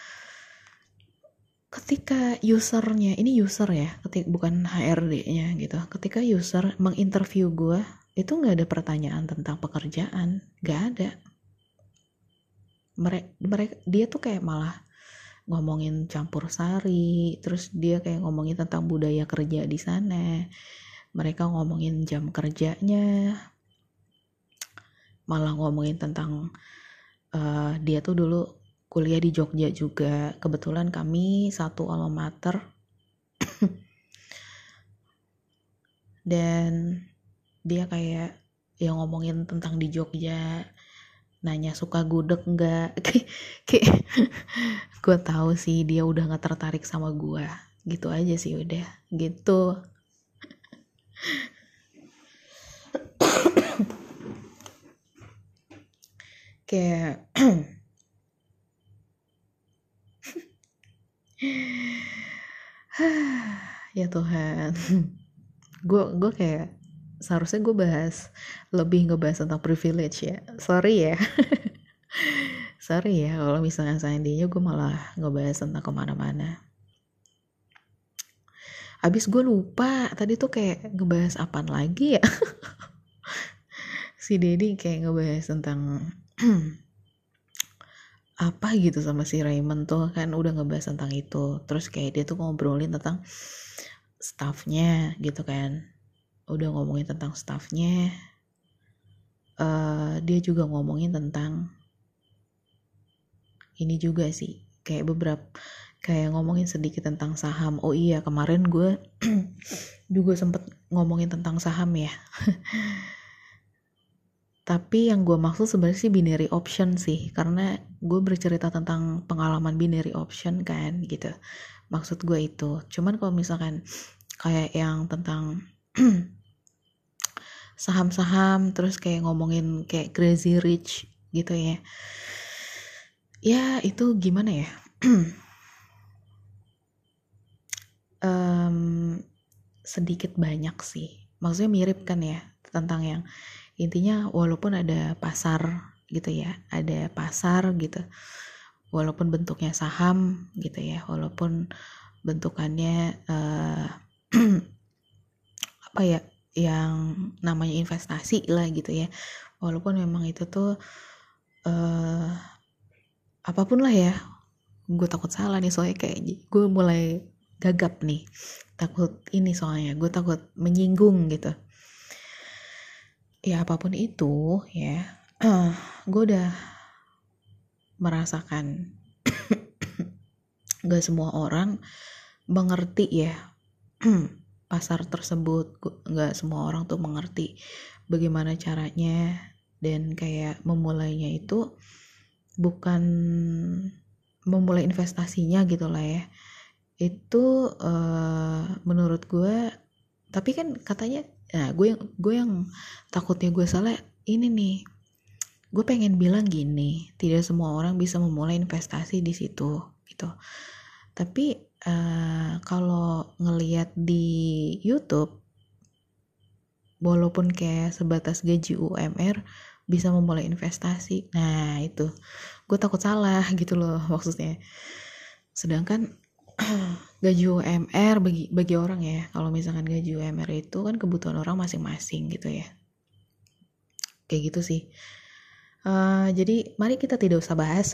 [SPEAKER 1] ketika usernya ini user ya, ketika bukan H R D-nya gitu, ketika user menginterview gue itu nggak ada pertanyaan tentang pekerjaan, nggak ada. Mereka, mereka dia tuh kayak malah ngomongin campur sari, terus dia kayak ngomongin tentang budaya kerja di sana, mereka ngomongin jam kerjanya, malah ngomongin tentang uh, dia tuh dulu kuliah di Jogja juga, kebetulan kami satu alma mater. Dan dia kayak yang ngomongin tentang di Jogja, nanya suka gudeg nggak, kayak gue tahu sih dia udah nggak tertarik sama gue, gitu aja sih udah gitu. Kayak ya Tuhan, gue gue kayak seharusnya gue bahas lebih ngebahas tentang privilege ya, sorry ya. Sorry ya kalau misalnya seandainya gue malah ngebahas tentang kemana-mana. Abis gue lupa tadi tuh kayak ngebahas apaan lagi ya. Si Deddy kayak ngebahas tentang apa gitu sama si Raymond tuh kan, udah ngebahas tentang itu. Terus kayak dia tuh ngobrolin tentang staffnya gitu kan, udah ngomongin tentang staffnya. Uh, dia juga ngomongin tentang ini juga sih, kayak beberapa kayak ngomongin sedikit tentang saham. Oh iya, kemarin gue juga sempet ngomongin tentang saham ya. Tapi yang gue maksud sebenarnya sih binary option sih, karena gue bercerita tentang pengalaman binary option kan gitu. Maksud gue itu. Cuman kalau misalkan kayak yang tentang saham-saham, terus kayak ngomongin kayak crazy rich gitu ya, ya itu gimana ya, um, sedikit banyak sih, maksudnya mirip kan ya, tentang yang intinya walaupun ada pasar gitu ya, ada pasar gitu, walaupun bentuknya saham gitu ya, walaupun bentukannya uh, apa ya, yang namanya investasi lah gitu ya, walaupun memang itu tuh uh, apapun lah ya. Gue takut salah nih soalnya kayak gue mulai gagap nih, takut ini soalnya gue takut menyinggung gitu ya. Apapun itu ya, uh, gue udah merasakan gak semua orang mengerti ya pasar tersebut, gak semua orang tuh mengerti bagaimana caranya, dan kayak memulainya itu bukan memulai investasinya gitu lah ya, itu uh, menurut gue. Tapi kan katanya, nah gue yang gue yang takutnya gue salah ini nih, gue pengen bilang gini, tidak semua orang bisa memulai investasi di situ gitu. Tapi uh, kalau ngelihat di YouTube, walaupun kayak sebatas gaji U M R bisa memulai investasi, nah itu gue takut salah gitu loh maksudnya. Sedangkan gaji U M R bagi bagi orang ya, kalau misalkan gaji U M R itu kan kebutuhan orang masing-masing gitu ya. kayak gitu sih. Uh, jadi mari kita tidak usah bahas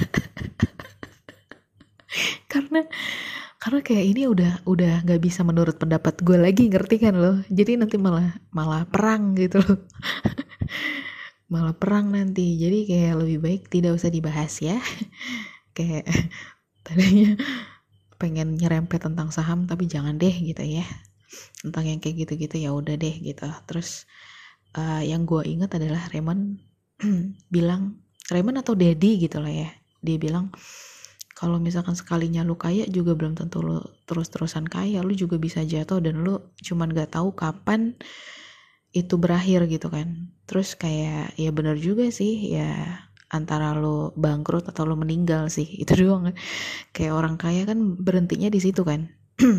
[SPEAKER 1] karena karena kayak ini udah udah nggak bisa menurut pendapat gue lagi, ngerti kan lo? Jadi nanti malah malah perang gitu loh. Malah perang nanti. Jadi kayak lebih baik tidak usah dibahas ya. Kayak tadinya pengen nyerempet tentang saham tapi jangan deh gitu ya. Tentang yang kayak gitu-gitu ya udah deh gitu. Terus uh, yang gue ingat adalah Raymond bilang, Raymond atau Daddy gitu lah ya, dia bilang kalau misalkan sekalinya lu kaya juga belum tentu lu terus-terusan kaya, lu juga bisa jatuh dan lu cuman gak tahu kapan itu berakhir gitu kan. Terus kayak ya benar juga sih ya, antara lu bangkrut atau lu meninggal sih, itu doang kan. Kayak orang kaya kan berhentinya di situ kan.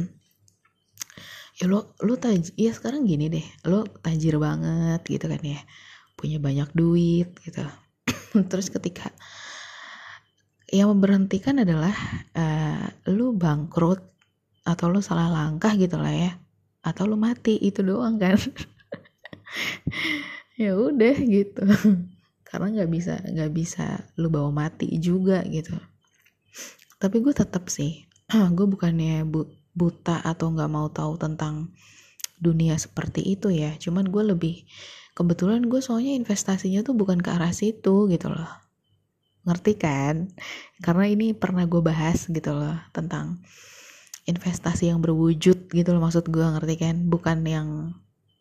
[SPEAKER 1] Ya lu lu taj ya sekarang gini deh, lu tajir banget gitu kan ya, punya banyak duit gitu. Terus ketika yang memberhentikan adalah uh, lu bangkrut atau lu salah langkah gitu lah ya, atau lu mati, itu doang kan. Ya udah gitu. Karena nggak bisa nggak bisa lu bawa mati juga gitu. Tapi gue tetap sih, gue bukannya bu, buta atau nggak mau tahu tentang dunia seperti itu ya. Cuman gue lebih kebetulan gue soalnya investasinya tuh bukan ke arah situ gitu loh. Ngerti kan? Karena ini pernah gue bahas gitu loh tentang investasi yang berwujud gitu loh, maksud gue, ngerti kan? Bukan yang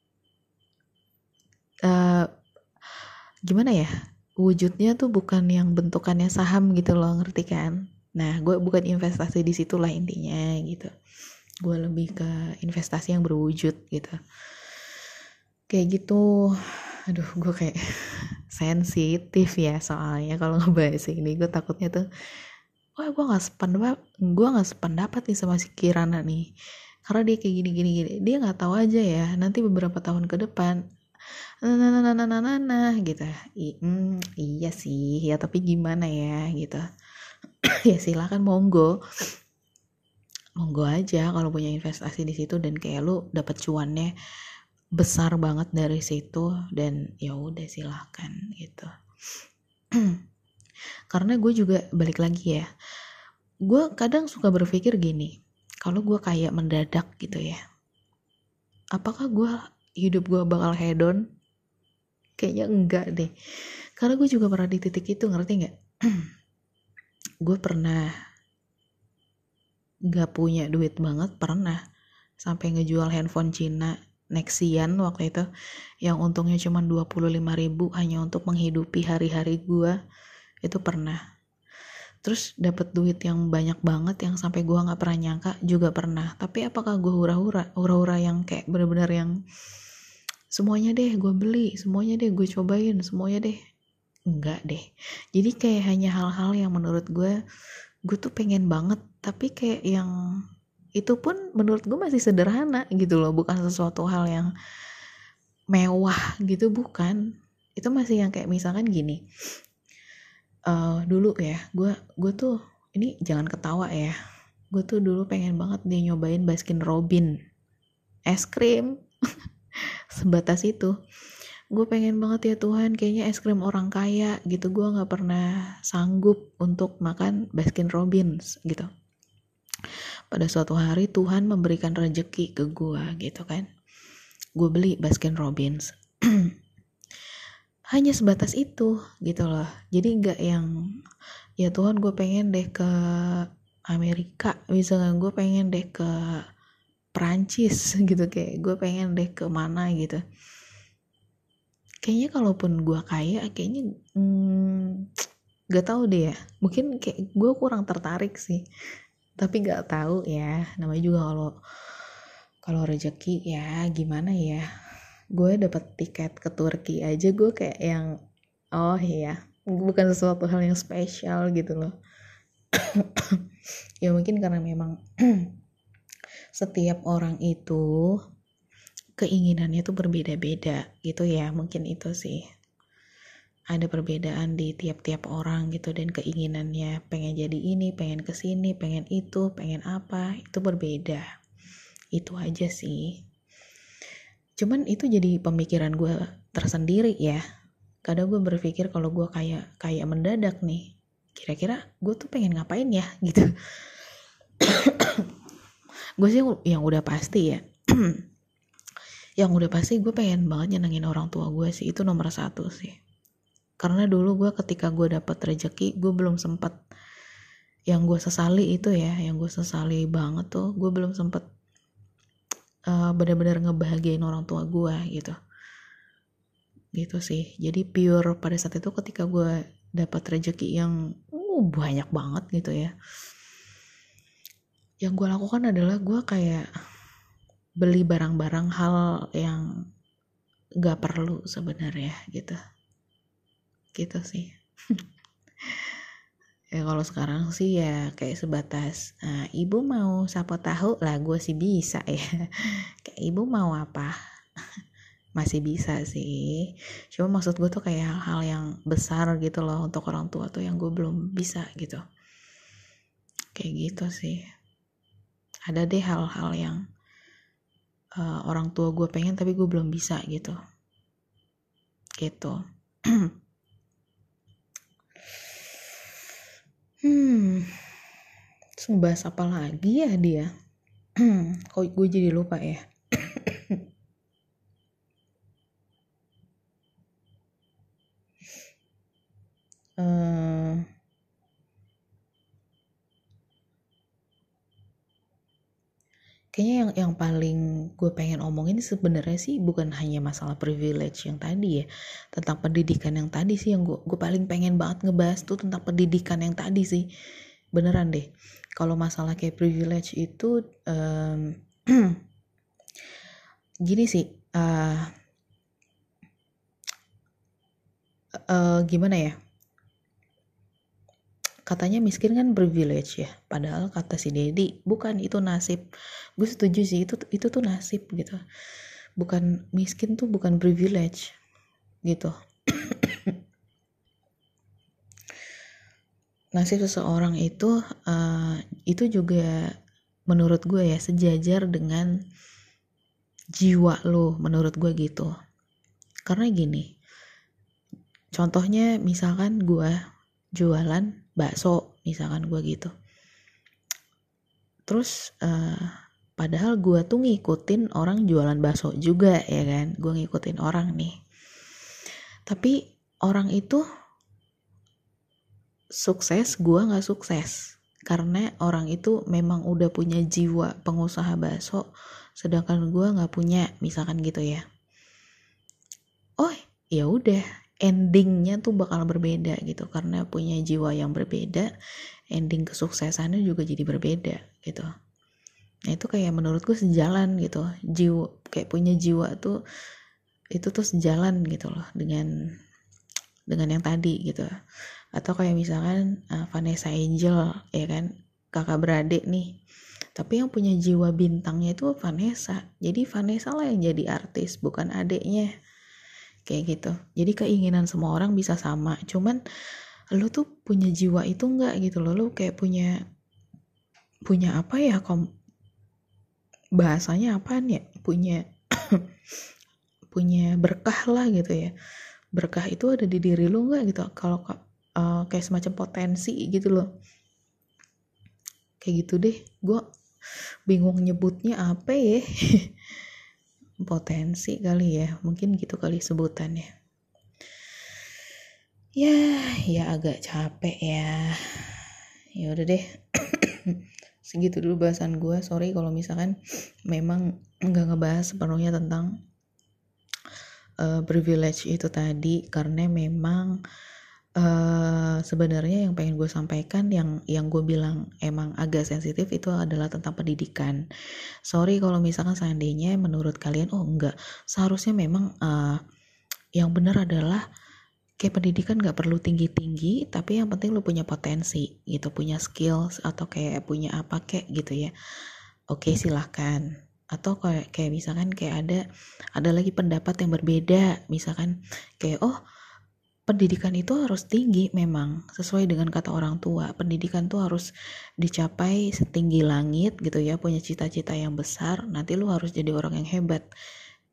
[SPEAKER 1] uh, gimana ya, wujudnya tuh bukan yang bentukannya saham gitu loh, ngerti kan? Nah gue bukan investasi di situlah intinya gitu. Gue lebih ke investasi yang berwujud gitu. Kayak gitu. Aduh, gue kayak sensitif ya soalnya kalau ngebahas ini. Gue takutnya tuh, wah gue nggak sependapat, gue nggak sependapat nih sama si Kirana nih, karena dia kayak gini gini gini. Dia nggak tahu aja ya nanti beberapa tahun ke depan, nah nah nah nah nah nah, nah gitu. I, mm, iya sih ya, tapi gimana ya gitu. Ya silakan monggo, monggo aja kalau punya investasi di situ dan kayak lu dapat cuannya besar banget dari situ, dan ya udah silahkan gitu. Karena gue juga balik lagi ya, gue kadang suka berpikir gini, kalau gue kayak mendadak gitu ya, apakah gue hidup gue bakal hedon? Kayaknya enggak deh, karena gue juga pernah di titik itu, ngerti nggak? Gue pernah nggak punya duit banget, pernah sampai ngejual handphone Cina Nexian waktu itu, yang untungnya cuma dua puluh lima ribu hanya untuk menghidupi hari-hari gue, itu pernah. Terus dapat duit yang banyak banget yang sampai gue nggak pernah nyangka juga pernah. Tapi apakah gue hura-hura, hura-hura yang kayak benar-benar yang semuanya deh gue beli, semuanya deh gue cobain, semuanya deh, enggak deh. Jadi kayak hanya hal-hal yang menurut gue, gue tuh pengen banget, tapi kayak yang itu pun menurut gue masih sederhana gitu loh, bukan sesuatu hal yang mewah gitu, bukan. Itu masih yang kayak misalkan gini, uh, dulu ya, gue gue tuh, ini jangan ketawa ya, gue tuh dulu pengen banget dia nyobain Baskin Robbins es krim. Sebatas itu gue pengen banget ya Tuhan, kayaknya es krim orang kaya gitu, gue nggak pernah sanggup untuk makan Baskin Robbins gitu. Pada suatu hari Tuhan memberikan rezeki ke gue gitu kan, gue beli Baskin Robbins. Hanya sebatas itu gitu loh. Jadi gak yang, ya Tuhan gue pengen deh ke Amerika misalnya, gue pengen deh ke Perancis gitu, kayak gue pengen deh ke mana gitu. Kayaknya kalaupun gue kaya, kayaknya hmm, gak tahu deh ya, mungkin kayak gue kurang tertarik sih. Tapi gak tahu ya, namanya juga kalau kalau rezeki ya gimana ya. Gue dapet tiket ke Turki aja gue kayak yang, oh iya, bukan sesuatu hal yang spesial gitu loh. Ya mungkin karena memang setiap orang itu keinginannya tuh berbeda-beda gitu ya, mungkin itu sih. Ada perbedaan di tiap-tiap orang gitu, dan keinginannya pengen jadi ini, pengen kesini, pengen itu, pengen apa, itu berbeda. Itu aja sih. Cuman itu jadi pemikiran gue tersendiri ya. kadang gue berpikir kalau gue kayak kayak mendadak nih, kira-kira gue tuh pengen ngapain ya gitu. Gue sih yang udah pasti ya yang udah pasti gue pengen banget nyenengin orang tua gue sih, itu nomor satu sih. Karena dulu gue ketika gue dapet rezeki, gue belum sempet, yang gue sesali itu ya, yang gue sesali banget tuh, gue belum sempet uh, benar-benar ngebahagiain orang tua gue gitu. Gitu sih. Jadi pure pada saat itu ketika gue dapat rezeki yang uh, banyak banget gitu ya, yang gue lakukan adalah gue kayak beli barang-barang hal yang gak perlu sebenarnya gitu. Gitu sih. Ya kalau sekarang sih ya kayak sebatas uh, ibu mau sapo tahu lah, gue sih bisa ya. Kayak ibu mau apa masih bisa sih. Cuma maksud gue tuh kayak hal-hal yang besar gitu loh untuk orang tua tuh yang gue belum bisa gitu. Kayak gitu sih. Ada deh hal-hal yang uh, orang tua gue pengen tapi gue belum bisa gitu. Gitu. Hmm, terus ngebahas apa lagi ya dia? Kok gue jadi lupa ya? uh, Kayaknya yang yang paling gue pengen omongin sebenarnya sih bukan hanya masalah privilege yang tadi ya, tentang pendidikan yang tadi sih yang gue gue paling pengen banget ngebahas tuh tentang pendidikan yang tadi sih, beneran deh. Kalau masalah kayak privilege itu um, gini sih, uh, uh, gimana ya? Katanya miskin kan privilege ya, padahal kata si Dedi bukan, itu nasib. Gue setuju sih, itu itu tuh nasib gitu, bukan miskin tuh bukan privilege gitu. Nasib seseorang itu uh, itu juga menurut gue ya sejajar dengan jiwa lo, menurut gue gitu. Karena gini, contohnya misalkan gue jualan bakso, misalkan gue gitu. Terus uh, padahal gue tuh ngikutin orang jualan bakso juga ya kan, gue ngikutin orang nih. Tapi orang itu sukses, gue gak sukses. Karena orang itu memang udah punya jiwa pengusaha bakso, sedangkan gue gak punya, misalkan gitu ya. Oh ya udah, endingnya tuh bakal berbeda gitu, karena punya jiwa yang berbeda, ending kesuksesannya juga jadi berbeda gitu. Nah itu kayak menurut gue sejalan gitu, jiwa kayak punya jiwa tuh itu tuh sejalan gitu loh dengan dengan yang tadi gitu. Atau kayak misalkan uh, Vanessa Angel ya kan, kakak beradik nih, tapi yang punya jiwa bintangnya itu Vanessa, jadi Vanessa lah yang jadi artis, bukan adeknya. Kayak gitu. Jadi keinginan semua orang bisa sama, cuman lu tuh punya jiwa itu enggak gitu loh. Lu kayak punya punya apa ya, kom bahasanya apaan ya, punya punya berkah lah gitu ya. Berkah itu ada di diri lu enggak gitu, kalau uh, kayak semacam potensi gitu loh. Kayak gitu deh, gue bingung nyebutnya apa ya. Potensi kali ya, mungkin gitu kali sebutannya. Ya, ya agak capek ya. Ya udah deh. Segitu dulu bahasan gue. Sorry kalau misalkan memang nggak ngebahas sepenuhnya tentang uh, privilege itu tadi, karena memang uh, sebenarnya yang pengen gue sampaikan, yang yang gue bilang emang agak sensitif itu adalah tentang pendidikan. Sorry kalau misalkan seandainya menurut kalian oh enggak, seharusnya memang uh, yang benar adalah kayak pendidikan gak perlu tinggi-tinggi, tapi yang penting lu punya potensi gitu, punya skills atau kayak punya apa kayak gitu ya. Oke, silahkan. Atau kayak kayak misalkan kayak ada ada lagi pendapat yang berbeda, misalkan kayak oh pendidikan itu harus tinggi, memang sesuai dengan kata orang tua. Pendidikan tuh harus dicapai setinggi langit gitu ya, punya cita-cita yang besar, nanti lu harus jadi orang yang hebat.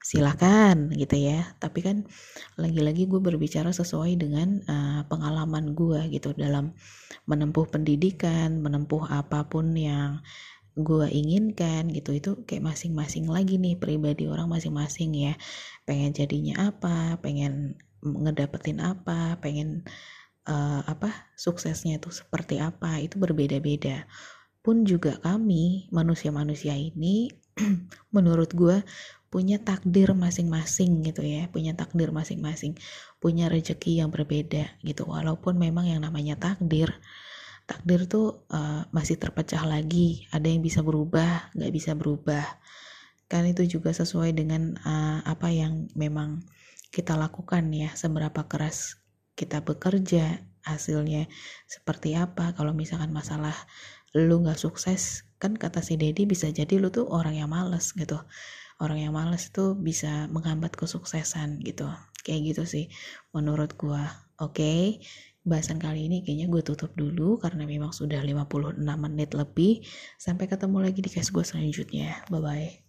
[SPEAKER 1] silakan gitu ya. Tapi kan lagi-lagi gue berbicara sesuai dengan uh, pengalaman gue gitu dalam menempuh pendidikan, menempuh apapun yang gue inginkan gitu. Itu kayak masing-masing lagi nih, pribadi orang masing-masing ya, pengen jadinya apa, pengen ngedapetin apa, pengen uh, apa suksesnya itu seperti apa, itu berbeda-beda. Pun juga kami manusia-manusia ini menurut gue punya takdir masing-masing gitu ya, punya takdir masing-masing, punya rezeki yang berbeda gitu. Walaupun memang yang namanya takdir takdir tuh uh, masih terpecah lagi, ada yang bisa berubah, nggak bisa berubah kan. Itu juga sesuai dengan uh, apa yang memang kita lakukan ya, seberapa keras kita bekerja, hasilnya seperti apa. Kalau misalkan masalah lu nggak sukses, kan kata si Dedi, bisa jadi lu tuh orang yang malas gitu. Orang yang malas tuh bisa menghambat kesuksesan gitu. Kayak gitu sih menurut gua. Oke, okay? Bahasan kali ini kayaknya gue tutup dulu karena memang sudah lima puluh enam menit lebih. Sampai ketemu lagi di case gue selanjutnya. Bye bye.